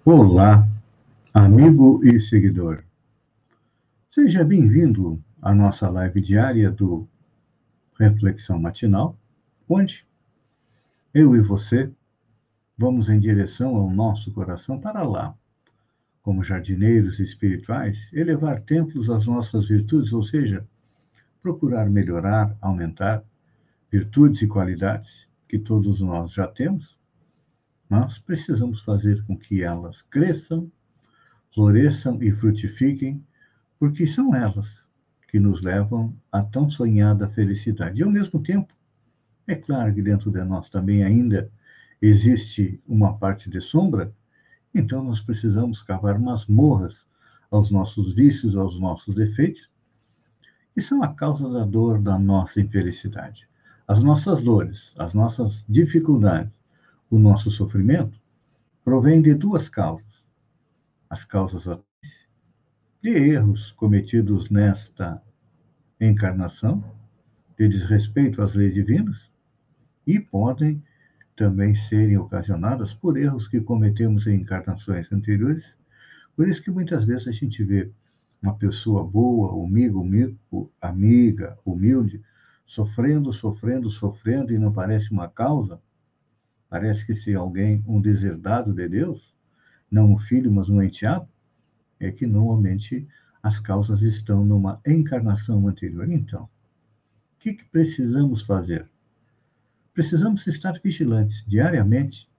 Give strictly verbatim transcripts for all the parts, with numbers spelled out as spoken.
Olá, amigo e seguidor. Seja bem-vindo à nossa live diária do Reflexão Matinal, onde eu e você vamos em direção ao nosso coração para lá, como jardineiros espirituais, elevar templos às nossas virtudes, ou seja, procurar melhorar, aumentar virtudes e qualidades que todos nós já temos, mas precisamos fazer com que elas cresçam, floresçam e frutifiquem, porque são elas que nos levam à tão sonhada felicidade. E, ao mesmo tempo, é claro que dentro de nós também ainda existe uma parte de sombra, então nós precisamos cavar masmorras aos nossos vícios, aos nossos defeitos, que são a causa da dor da nossa infelicidade. As nossas dores, as nossas dificuldades, o nosso sofrimento, provém de duas causas. As causas de erros cometidos nesta encarnação, de desrespeito às leis divinas, e podem também serem ocasionadas por erros que cometemos em encarnações anteriores. Por isso que muitas vezes a gente vê uma pessoa boa, amiga, humilde, amiga, humilde, sofrendo, sofrendo, sofrendo, e não parece uma causa. Parece que se alguém, um deserdado de Deus, não um filho, mas um enteado, é que normalmente as causas estão numa encarnação anterior. Então, o que, que precisamos fazer? Precisamos estar vigilantes diariamente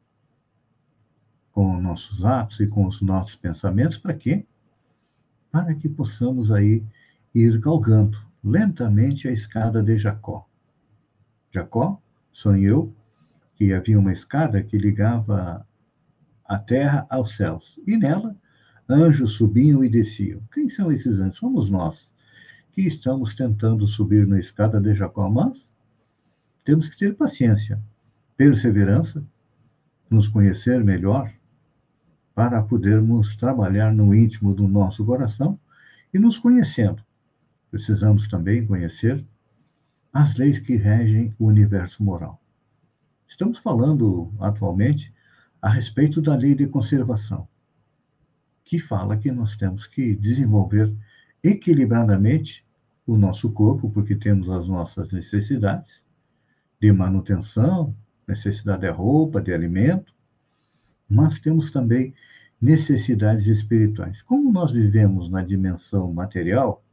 com os nossos atos e com os nossos pensamentos. Para quê? Para que possamos aí ir galgando lentamente a escada de Jacó. Jacó sonhou que havia uma escada que ligava a terra aos céus, e nela anjos subiam e desciam. Quem são esses anjos? Somos nós, que estamos tentando subir na escada de Jacó, mas temos que ter paciência, perseverança, nos conhecer melhor, para podermos trabalhar no íntimo do nosso coração, e nos conhecendo, precisamos também conhecer as leis que regem o universo moral. Estamos falando atualmente a respeito da lei de conservação, que fala que nós temos que desenvolver equilibradamente o nosso corpo, porque temos as nossas necessidades de manutenção, necessidade de roupa, de alimento, mas temos também necessidades espirituais. Como nós vivemos na dimensão material,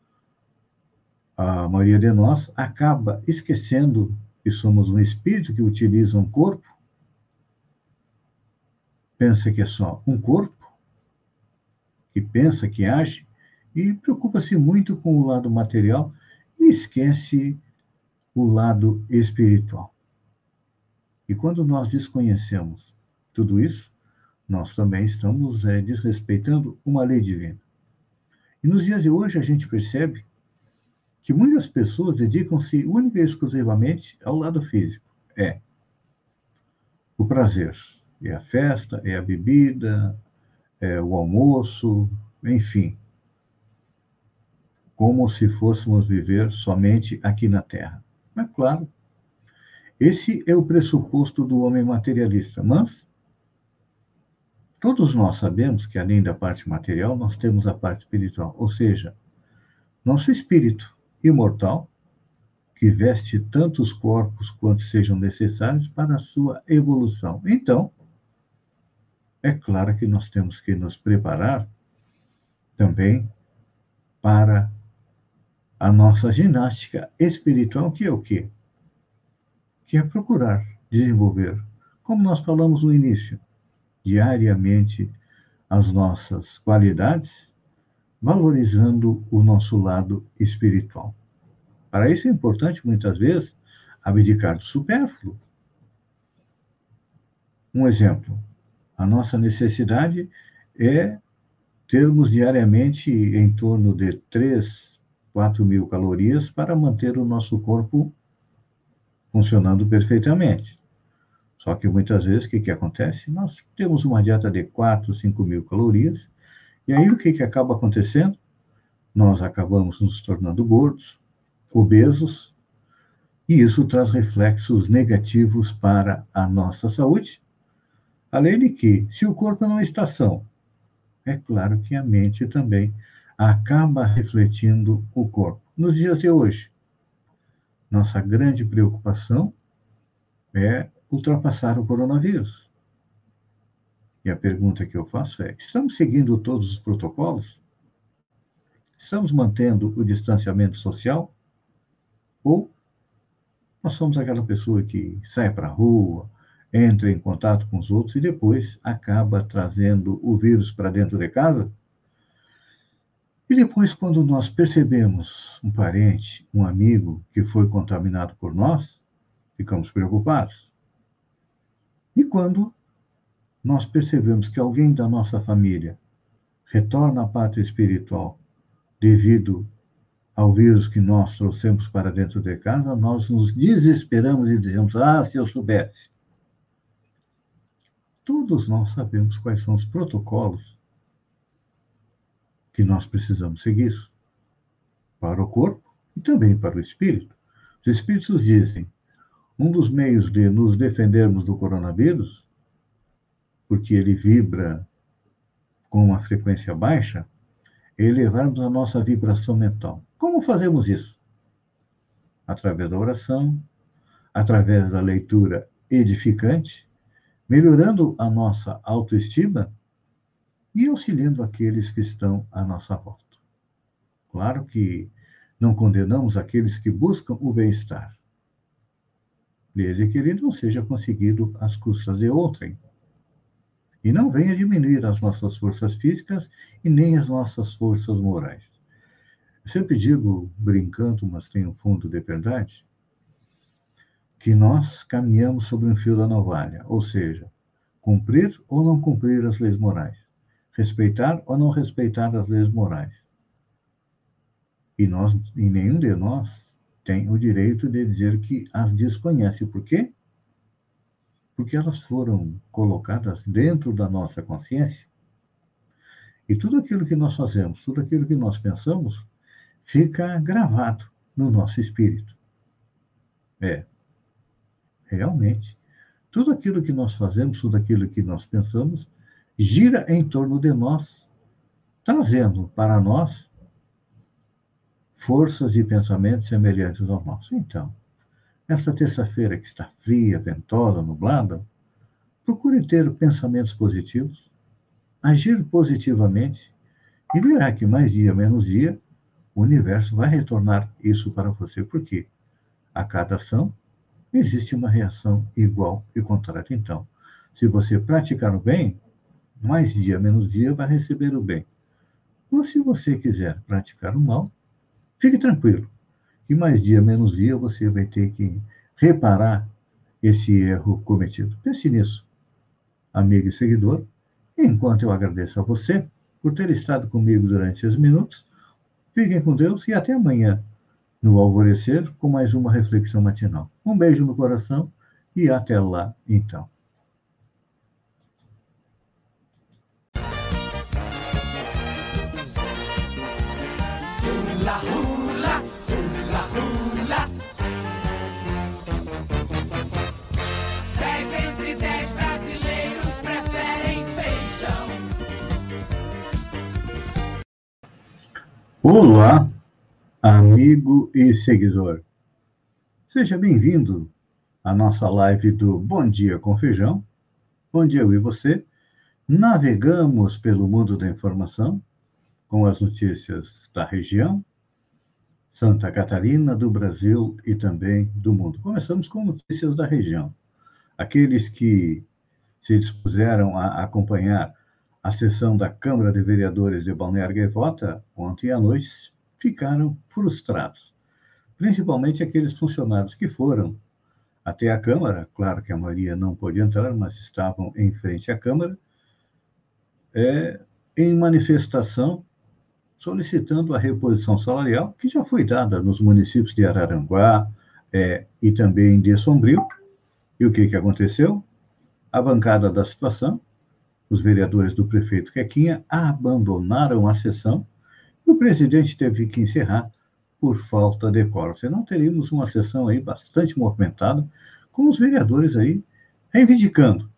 a maioria de nós acaba esquecendo que somos um espírito que utiliza um corpo, pensa que é só um corpo, que pensa, que age, e preocupa-se muito com o lado material e esquece o lado espiritual. E quando nós desconhecemos tudo isso, nós também estamos é, desrespeitando uma lei divina. E nos dias de hoje a gente percebe que muitas pessoas dedicam-se única e exclusivamente ao lado físico. É o prazer, é a festa, é a bebida, é o almoço, enfim, como se fôssemos viver somente aqui na Terra. É claro, esse é o pressuposto do homem materialista, mas todos nós sabemos que, além da parte material, nós temos a parte espiritual, ou seja, nosso espírito imortal, que veste tantos corpos quanto sejam necessários para a sua evolução. Então, é claro que nós temos que nos preparar também para a nossa ginástica espiritual, que é o quê? Que é procurar desenvolver, como nós falamos no início, diariamente as nossas qualidades, valorizando o nosso lado espiritual. Para isso é importante, muitas vezes, abdicar do supérfluo. Um exemplo, a nossa necessidade é termos diariamente em torno de três, quatro mil calorias para manter o nosso corpo funcionando perfeitamente. Só que muitas vezes o que, que acontece? Nós temos uma dieta de quatro, cinco mil calorias, e aí o que, que acaba acontecendo? Nós acabamos nos tornando gordos, obesos, e isso traz reflexos negativos para a nossa saúde, Além de que, se o corpo não está são, é claro que a mente também acaba refletindo o corpo. Nos dias de hoje, nossa grande preocupação é ultrapassar o coronavírus. E a pergunta que eu faço é: estamos seguindo todos os protocolos? Estamos mantendo o distanciamento social? Ou nós somos aquela pessoa que sai para a rua, entra em contato com os outros e depois acaba trazendo o vírus para dentro de casa? E depois, quando nós percebemos um parente, um amigo que foi contaminado por nós, ficamos preocupados. E quando nós percebemos que alguém da nossa família retorna à pátria espiritual devido ao vírus que nós trouxemos para dentro de casa, nós nos desesperamos e dizemos: ah, se eu soubesse. Todos nós sabemos quais são os protocolos que nós precisamos seguir para o corpo e também para o espírito. Os espíritos dizem: um dos meios de nos defendermos do coronavírus, porque ele vibra com uma frequência baixa, é elevarmos a nossa vibração mental. Como fazemos isso? Através da oração, através da leitura edificante, melhorando a nossa autoestima e auxiliando aqueles que estão à nossa volta. Claro que não condenamos aqueles que buscam o bem-estar, desde que ele não seja conseguido às custas de outrem. E não venha diminuir as nossas forças físicas e nem as nossas forças morais. Eu sempre digo, brincando, mas tem um fundo de verdade, que nós caminhamos sobre um fio da navalha, ou seja, cumprir ou não cumprir as leis morais, respeitar ou não respeitar as leis morais. E, nós, e nenhum de nós tem o direito de dizer que as desconhece. Por quê? Porque elas foram colocadas dentro da nossa consciência. E tudo aquilo que nós fazemos, tudo aquilo que nós pensamos, fica gravado no nosso espírito. É, realmente, tudo aquilo que nós fazemos, tudo aquilo que nós pensamos, gira em torno de nós, trazendo para nós forças e pensamentos semelhantes aos nossos. Então, esta terça-feira que está fria, ventosa, nublada, procure ter pensamentos positivos, agir positivamente e verá que mais dia, menos dia, o universo vai retornar isso para você. Por quê? A cada ação existe uma reação igual e contrária. Então, se você praticar o bem, mais dia, menos dia, vai receber o bem. Ou se você quiser praticar o mal, fique tranquilo, que mais dia, menos dia, você vai ter que reparar esse erro cometido. Pense nisso, amigo e seguidor. Enquanto eu agradeço a você por ter estado comigo durante esses minutos, fiquem com Deus e até amanhã, no alvorecer, com mais uma reflexão matinal. Um beijo no coração e até lá, então. Hula, hula, hula, hula. Dez entre dez brasileiros preferem feijão. Olá, amigo e seguidor. Seja bem-vindo à nossa live do Bom Dia com Feijão, onde eu e você navegamos pelo mundo da informação com as notícias da região, Santa Catarina, do Brasil e também do mundo. Começamos com notícias da região. Aqueles que se dispuseram a acompanhar a sessão da Câmara de Vereadores de Balneário Gaivota ontem à noite ficaram frustrados, principalmente aqueles funcionários que foram até a Câmara, claro que a maioria não pôde entrar, mas estavam em frente à Câmara, é, em manifestação solicitando a reposição salarial, que já foi dada nos municípios de Araranguá é, e também de Sombrio. E o que, que aconteceu? A bancada da situação, os vereadores do prefeito Quequinha, abandonaram a sessão e o presidente teve que encerrar por falta de quórum. Senão teríamos uma sessão aí bastante movimentada, com os vereadores aí reivindicando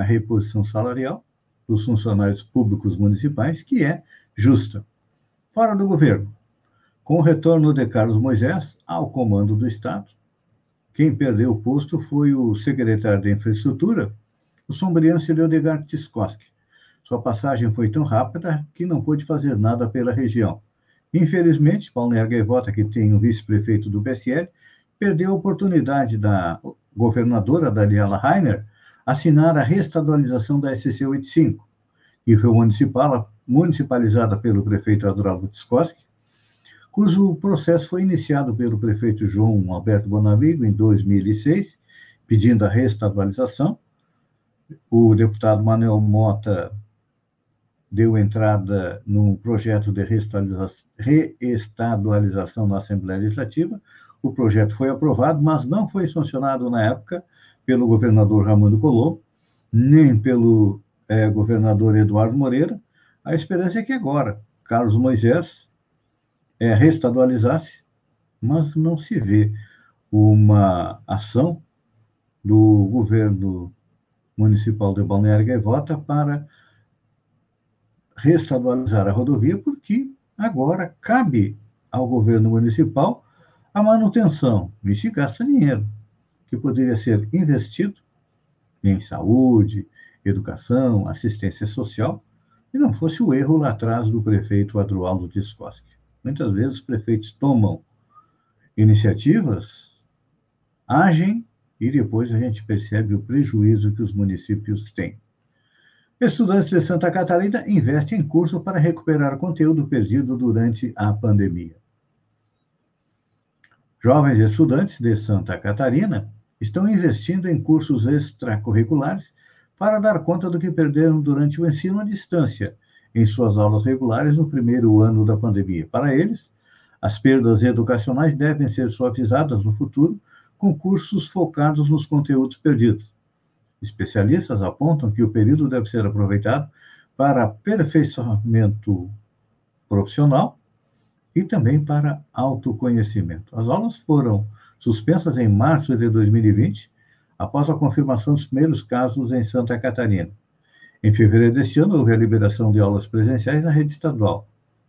na reposição salarial dos funcionários públicos municipais, que é justa. Fora do governo, com o retorno de Carlos Moisés ao comando do Estado, quem perdeu o posto foi o secretário de Infraestrutura, o sombriense Leodegar Tiscoski. Sua passagem foi tão rápida que não pôde fazer nada pela região. Infelizmente, Balneário Gaivota, que tem o vice-prefeito do P S L, perdeu a oportunidade da governadora Daniela Rainer assinar a reestadualização da S C oitenta e cinco, que foi municipal, municipalizada pelo prefeito Adroaldo Tiscoski, cujo processo foi iniciado pelo prefeito João Alberto Bonavigo em dois mil e seis, pedindo a reestadualização. O deputado Manuel Mota deu entrada num projeto de reestadualização na Assembleia Legislativa. O projeto foi aprovado, mas não foi sancionado na época pelo governador Raimundo Colombo, nem pelo é, governador Eduardo Moreira. A esperança é que agora Carlos Moisés é, reestadualizasse, mas não se vê uma ação do governo municipal de Balneário Gaivota para reestadualizar a rodovia, porque agora cabe ao governo municipal a manutenção, e se gasta dinheiro que poderia ser investido em saúde, educação, assistência social, e não fosse o erro lá atrás do prefeito Adroaldo Tiscoski. Muitas vezes os prefeitos tomam iniciativas, agem, e depois a gente percebe o prejuízo que os municípios têm. Estudantes de Santa Catarina investem em curso para recuperar conteúdo perdido durante a pandemia. Jovens estudantes de Santa Catarina estão investindo em cursos extracurriculares para dar conta do que perderam durante o ensino à distância em suas aulas regulares no primeiro ano da pandemia. Para eles, as perdas educacionais devem ser suavizadas no futuro com cursos focados nos conteúdos perdidos. Especialistas apontam que o período deve ser aproveitado para aperfeiçoamento profissional e também para autoconhecimento. As aulas foram suspensas em março de dois mil e vinte, após a confirmação dos primeiros casos em Santa Catarina. Em fevereiro deste ano, houve a liberação de aulas presenciais na rede estadual.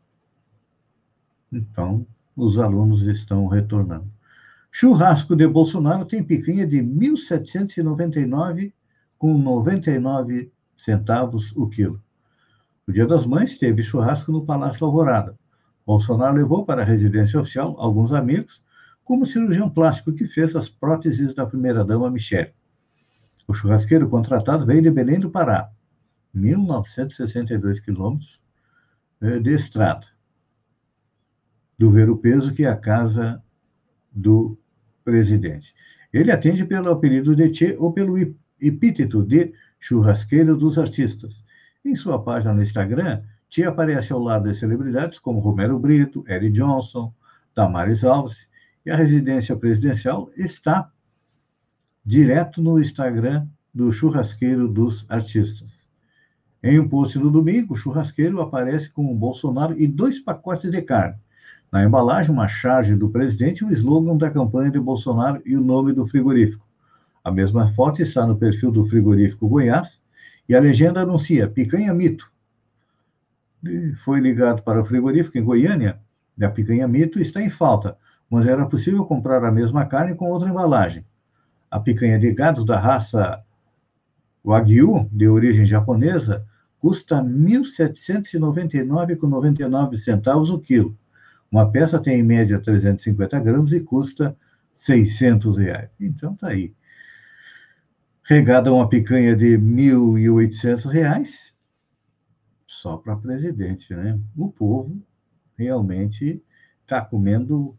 Então, os alunos estão retornando. Churrasco de Bolsonaro tem picanha de mil setecentos e noventa e nove com noventa e nove centavos o quilo. No Dia das Mães, teve churrasco no Palácio Alvorada. Bolsonaro levou para a residência oficial alguns amigos, como o cirurgião plástico que fez as próteses da primeira-dama Michele. O churrasqueiro contratado veio de Belém do Pará, mil novecentos e sessenta e dois quilômetros de estrada, do Ver-o-Peso, que é a casa do presidente. Ele atende pelo apelido de Tchê ou pelo epíteto de churrasqueiro dos artistas. Em sua página no Instagram, Tchê aparece ao lado de celebridades como Romero Brito, Eric Johnson, Damares Alves, e a residência presidencial está direto no Instagram do churrasqueiro dos artistas. Em um post no domingo, o churrasqueiro aparece com o Bolsonaro e dois pacotes de carne. Na embalagem, uma charge do presidente e o slogan da campanha de Bolsonaro e o nome do frigorífico. A mesma foto está no perfil do frigorífico Goiás e a legenda anuncia picanha mito. E foi ligado para o frigorífico em Goiânia, e a picanha mito está em falta, mas era possível comprar a mesma carne com outra embalagem. A picanha de gado da raça Wagyu, de origem japonesa, custa mil setecentos e noventa e nove com noventa e nove centavos o quilo. Uma peça tem, em média, trezentos e cinquenta gramas e custa seiscentos reais. Então, tá aí. Regada uma picanha de mil e oitocentos reais, só para presidente, né? O povo realmente está comendo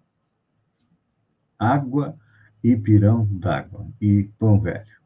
água e pirão d'água e pão velho.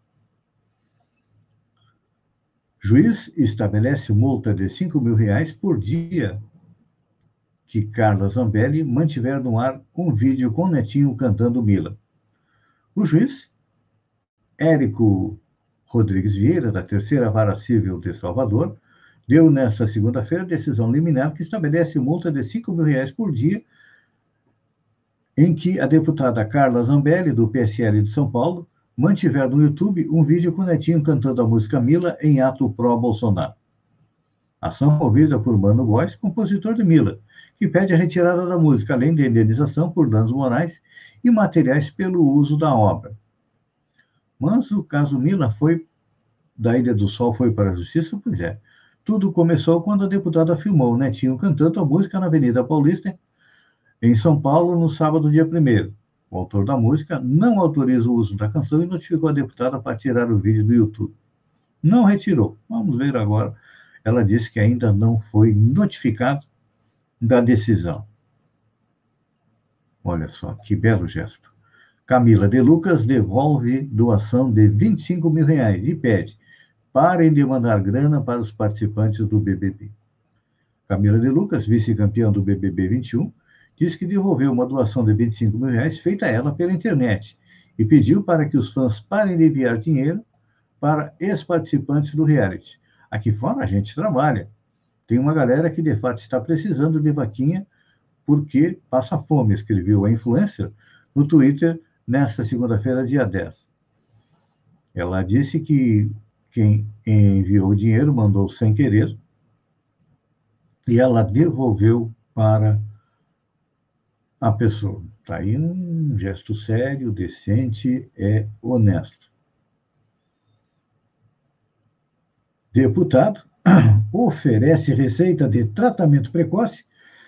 Juiz estabelece multa de cinco mil reais por dia que Carla Zambelli mantiver no ar um vídeo com o netinho cantando Mila. O juiz, Érico Rodrigues Vieira, da Terceira Vara Civil de Salvador, deu nesta segunda-feira decisão liminar que estabelece multa de cinco mil reais por dia em que a deputada Carla Zambelli, do P S L de São Paulo, mantiveram no YouTube um vídeo com o Netinho cantando a música Mila em ato pró-Bolsonaro. Ação movida por Mano Góes, compositor de Mila, que pede a retirada da música, além da indenização por danos morais e materiais pelo uso da obra. Mas o caso Mila foi da Ilha do Sol foi para a justiça? Pois é. Tudo começou quando a deputada filmou o Netinho cantando a música na Avenida Paulista, em São Paulo, no sábado, dia primeiro. O autor da música não autoriza o uso da canção e notificou a deputada para tirar o vídeo do YouTube. Não retirou. Vamos ver agora. Ela disse que ainda não foi notificado da decisão. Olha só, que belo gesto. Camila de Lucas devolve doação de vinte e cinco mil reais e pede: parem de mandar grana para os participantes do B B B. Camila de Lucas, vice-campeã do B B B vinte e um, disse que devolveu uma doação de vinte e cinco mil reais feita a ela pela internet e pediu para que os fãs parem de enviar dinheiro para ex-participantes do reality. Aqui fora a gente trabalha. Tem uma galera que de fato está precisando de vaquinha porque passa fome, escreveu a influencer no Twitter nesta segunda-feira, dia dez. Ela disse que quem enviou o dinheiro mandou sem querer e ela devolveu para a pessoa. Está aí um gesto sério, decente, é honesto. Deputado oferece receita de tratamento precoce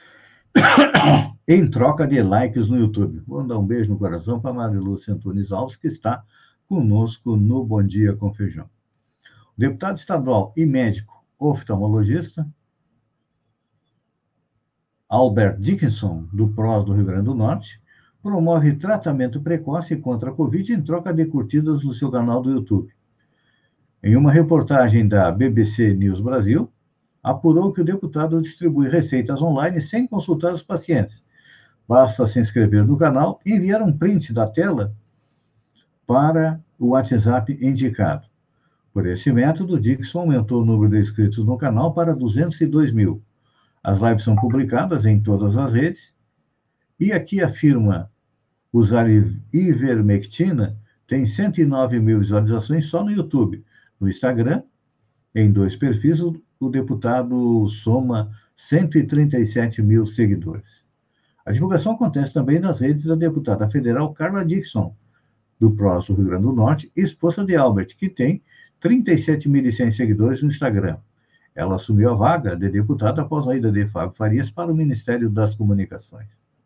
em troca de likes no YouTube. Vou dar um beijo no coração para Marilúcia Antunes Alves, que está conosco no Bom Dia com Feijão. O deputado estadual e médico oftalmologista Albert Dickinson, do P R O S do Rio Grande do Norte, promove tratamento precoce contra a Covid em troca de curtidas no seu canal do YouTube. Em uma reportagem da B B C News Brasil, apurou que o deputado distribui receitas online sem consultar os pacientes. Basta se inscrever no canal e enviar um print da tela para o WhatsApp indicado. Por esse método, Dixon aumentou o número de inscritos no canal para duzentos e dois mil. As lives são publicadas em todas as redes e aqui afirma usar ivermectina tem cento e nove mil visualizações só no YouTube. No Instagram, em dois perfis, o deputado soma cento e trinta e sete mil seguidores. A divulgação acontece também nas redes da deputada federal Carla Dixon, do P R O S do Rio Grande do Norte, esposa de Albert, que tem trinta e sete mil e cem seguidores no Instagram. Ela assumiu a vaga de deputada após a ida de Fábio Farias para o Ministério das Comunicações.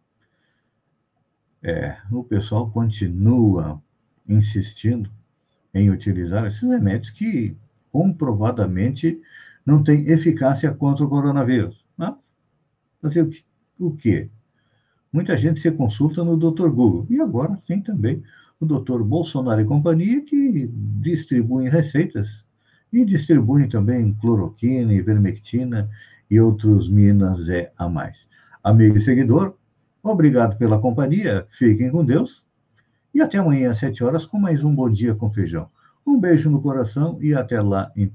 É, o pessoal continua insistindo em utilizar esses remédios que comprovadamente não têm eficácia contra o coronavírus. Né? Fazer o, o quê? Muita gente se consulta no doutor Google. E agora tem também o doutor Bolsonaro e companhia, que distribuem receitas e distribuem também cloroquina, ivermectina e outros minas é a mais. Amigo e seguidor, obrigado pela companhia, fiquem com Deus e até amanhã às sete horas com mais um Bom Dia com Feijão. Um beijo no coração e até lá, então.